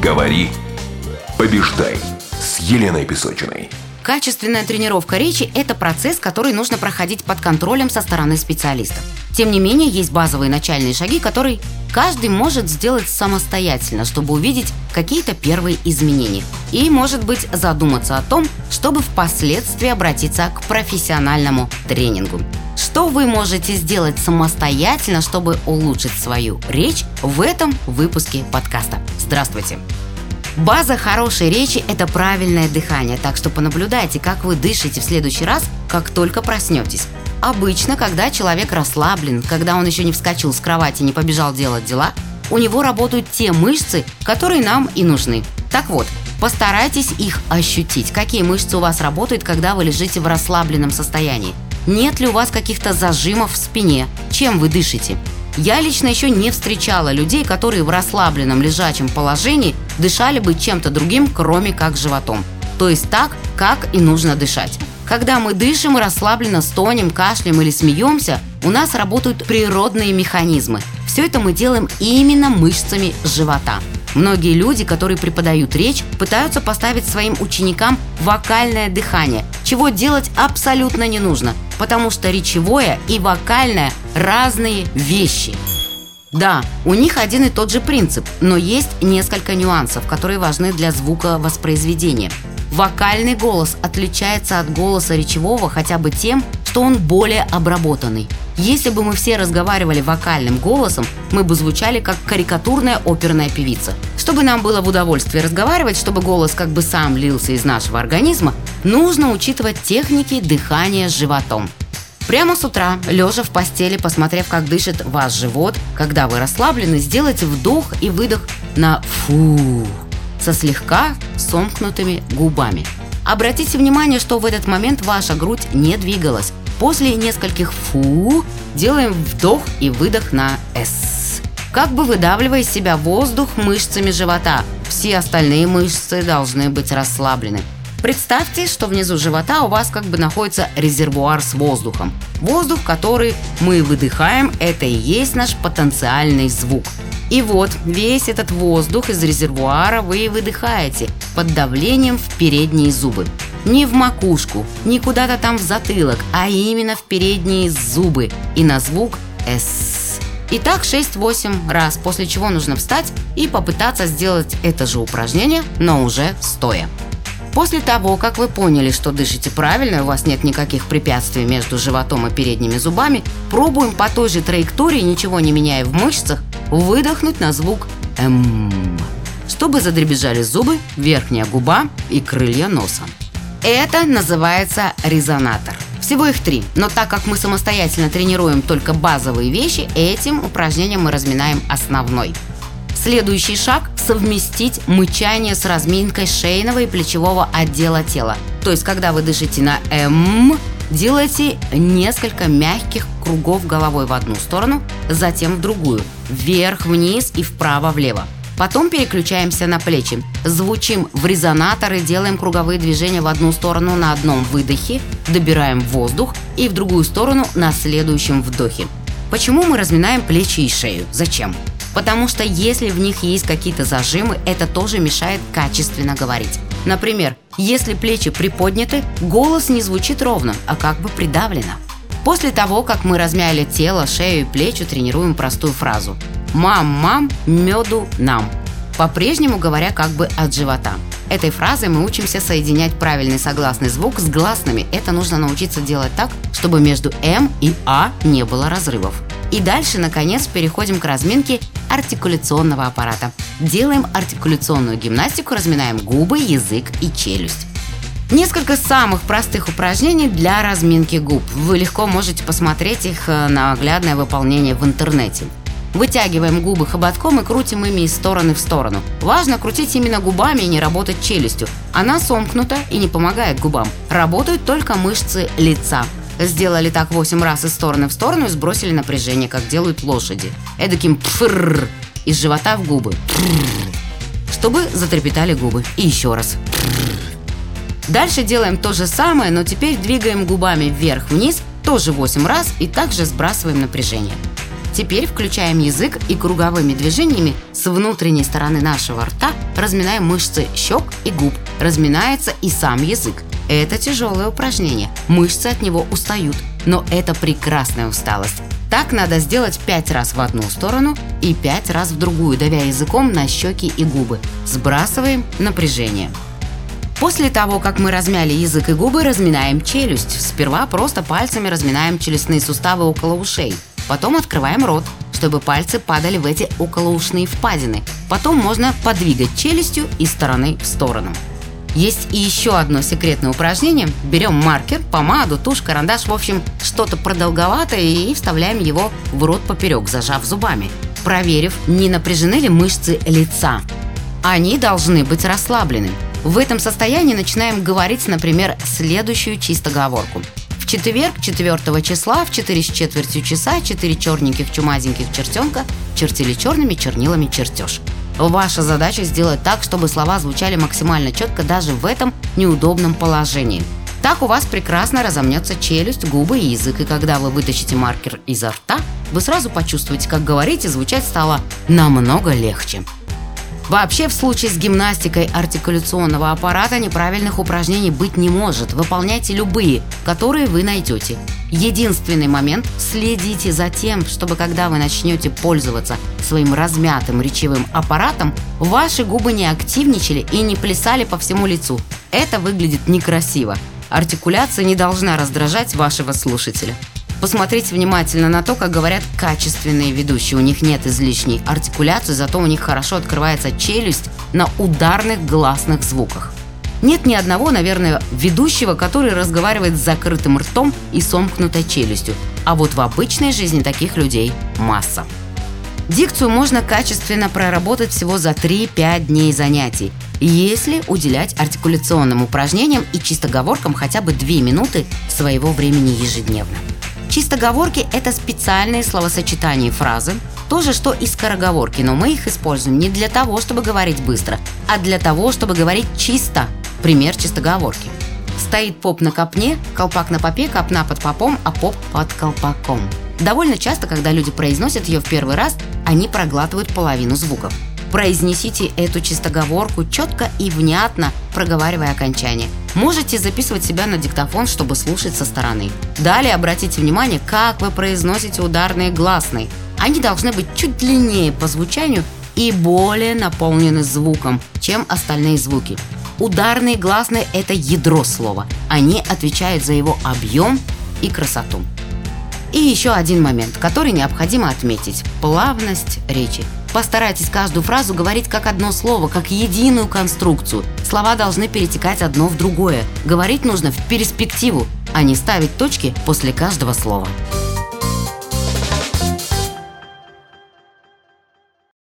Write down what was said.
Говори, побеждай с Еленой Песочиной. Качественная тренировка речи – это процесс, который нужно проходить под контролем со стороны специалистов. Тем не менее, есть базовые начальные шаги, которые каждый может сделать самостоятельно, чтобы увидеть какие-то первые изменения. И, может быть, задуматься о том, чтобы впоследствии обратиться к профессиональному тренингу. Что вы можете сделать самостоятельно, чтобы улучшить свою речь в этом выпуске подкаста? Здравствуйте! База хорошей речи – это правильное дыхание, так что понаблюдайте, как вы дышите в следующий раз, как только проснетесь. Обычно, когда человек расслаблен, когда он еще не вскочил с кровати и не побежал делать дела, у него работают те мышцы, которые нам и нужны. Так вот, постарайтесь их ощутить. Какие мышцы у вас работают, когда вы лежите в расслабленном состоянии? Нет ли у вас каких-то зажимов в спине? Чем вы дышите? Я лично еще не встречала людей, которые в расслабленном лежачем положении дышали бы чем-то другим, кроме как животом. То есть так, как и нужно дышать. Когда мы дышим и расслабленно стонем, кашляем или смеемся, у нас работают природные механизмы. Все это мы делаем именно мышцами живота. Многие люди, которые преподают речь, пытаются поставить своим ученикам вокальное дыхание, чего делать абсолютно не нужно, потому что речевое и вокальное – разные вещи. Да, у них один и тот же принцип, но есть несколько нюансов, которые важны для звуковоспроизведения. Вокальный голос отличается от голоса речевого хотя бы тем, что он более обработанный. Если бы мы все разговаривали вокальным голосом, мы бы звучали как карикатурная оперная певица. Чтобы нам было в удовольствие разговаривать, чтобы голос как бы сам лился из нашего организма, нужно учитывать техники дыхания животом. Прямо с утра, лежа в постели, посмотрев, как дышит ваш живот, когда вы расслаблены, сделайте вдох и выдох на «фу» со слегка сомкнутыми губами. Обратите внимание, что в этот момент ваша грудь не двигалась. После нескольких «фу» делаем вдох и выдох на «с», как бы выдавливая из себя воздух мышцами живота. Все остальные мышцы должны быть расслаблены. Представьте, что внизу живота у вас как бы находится резервуар с воздухом. Воздух, который мы выдыхаем, это и есть наш потенциальный звук. И вот весь этот воздух из резервуара вы выдыхаете под давлением в передние зубы. Не в макушку, не куда-то там в затылок, а именно в передние зубы и на звук «с». Итак, 6-8 раз, после чего нужно встать и попытаться сделать это же упражнение, но уже стоя. После того, как вы поняли, что дышите правильно, у вас нет никаких препятствий между животом и передними зубами, пробуем по той же траектории, ничего не меняя в мышцах, выдохнуть на звук «м», чтобы задребезжали зубы, верхняя губа и крылья носа. Это называется резонатор. Всего их 3, но так как мы самостоятельно тренируем только базовые вещи, этим упражнением мы разминаем основной. Следующий шаг – совместить мычание с разминкой шейного и плечевого отдела тела. То есть, когда вы дышите на «м», делайте несколько мягких кругов головой в одну сторону, затем в другую, вверх-вниз и вправо-влево. Потом переключаемся на плечи. Звучим в резонатор и делаем круговые движения в одну сторону на одном выдохе, добираем воздух и в другую сторону на следующем вдохе. Почему мы разминаем плечи и шею? Зачем? Потому что если в них есть какие-то зажимы, это тоже мешает качественно говорить. Например, если плечи приподняты, голос не звучит ровно, а как бы придавлено. После того, как мы размяли тело, шею и плечи, тренируем простую фразу «мам, меду нам», по-прежнему говоря как бы от живота. Этой фразой мы учимся соединять правильный согласный звук с гласными. Это нужно научиться делать так, чтобы между «м» и «а» не было разрывов. И дальше, наконец, переходим к разминке артикуляционного аппарата. Делаем артикуляционную гимнастику, разминаем губы, язык и челюсть. Несколько самых простых упражнений для разминки губ. Вы легко можете посмотреть их наглядное выполнение в интернете. Вытягиваем губы хоботком и крутим ими из стороны в сторону. Важно крутить именно губами и не работать челюстью. Она сомкнута и не помогает губам. Работают только мышцы лица. Сделали так 8 раз из стороны в сторону и сбросили напряжение, как делают лошади. Эдаким пфрррр из живота в губы. Чтобы затрепетали губы. И еще раз. Дальше делаем то же самое, но теперь двигаем губами вверх-вниз, тоже 8 раз и также сбрасываем напряжение. Теперь включаем язык и круговыми движениями с внутренней стороны нашего рта разминаем мышцы щек и губ. Разминается и сам язык. Это тяжелое упражнение. Мышцы от него устают. Но это прекрасная усталость. Так надо сделать 5 раз в одну сторону и 5 раз в другую, давя языком на щеки и губы. Сбрасываем напряжение. После того, как мы размяли язык и губы, разминаем челюсть. Сперва просто пальцами разминаем челюстные суставы около ушей. Потом открываем рот, чтобы пальцы падали в эти околоушные впадины. Потом можно подвигать челюстью из стороны в сторону. Есть и еще одно секретное упражнение. Берем маркер, помаду, тушь, карандаш, в общем, что-то продолговатое и вставляем его в рот поперек, зажав зубами, проверив, не напряжены ли мышцы лица. Они должны быть расслаблены. В этом состоянии начинаем говорить, например, следующую чистоговорку. В четверг, 4 числа, в 4 часа, 4 черненьких чумазеньких чертенка чертили черными чернилами чертеж. Ваша задача сделать так, чтобы слова звучали максимально четко даже в этом неудобном положении. Так у вас прекрасно разомнется челюсть, губы и язык, и когда вы вытащите маркер изо рта, вы сразу почувствуете, как говорить и звучать стало намного легче. Вообще, в случае с гимнастикой артикуляционного аппарата неправильных упражнений быть не может. Выполняйте любые, которые вы найдете. Единственный момент – следите за тем, чтобы когда вы начнете пользоваться своим размятым речевым аппаратом, ваши губы не активничали и не плясали по всему лицу. Это выглядит некрасиво. Артикуляция не должна раздражать вашего слушателя. Посмотрите внимательно на то, как говорят качественные ведущие. У них нет излишней артикуляции, зато у них хорошо открывается челюсть на ударных гласных звуках. Нет ни одного, наверное, ведущего, который разговаривает с закрытым ртом и сомкнутой челюстью. А вот в обычной жизни таких людей масса. Дикцию можно качественно проработать всего за 3-5 дней занятий, если уделять артикуляционным упражнениям и чистоговоркам хотя бы 2 минуты своего времени ежедневно. Чистоговорки – это специальные словосочетания и фразы, то же, что и скороговорки, но мы их используем не для того, чтобы говорить быстро, а для того, чтобы говорить чисто. Пример чистоговорки. Стоит поп на копне, колпак на попе, копна под попом, а поп под колпаком. Довольно часто, когда люди произносят ее в первый раз, они проглатывают половину звуков. Произнесите эту чистоговорку четко и внятно, проговаривая окончание. Можете записывать себя на диктофон, чтобы слушать со стороны. Далее обратите внимание, как вы произносите ударные гласные. Они должны быть чуть длиннее по звучанию и более наполнены звуком, чем остальные звуки. Ударные гласные – это ядро слова. Они отвечают за его объем и красоту. И еще один момент, который необходимо отметить – плавность речи. Постарайтесь каждую фразу говорить как одно слово, как единую конструкцию. Слова должны перетекать одно в другое. Говорить нужно в перспективу, а не ставить точки после каждого слова.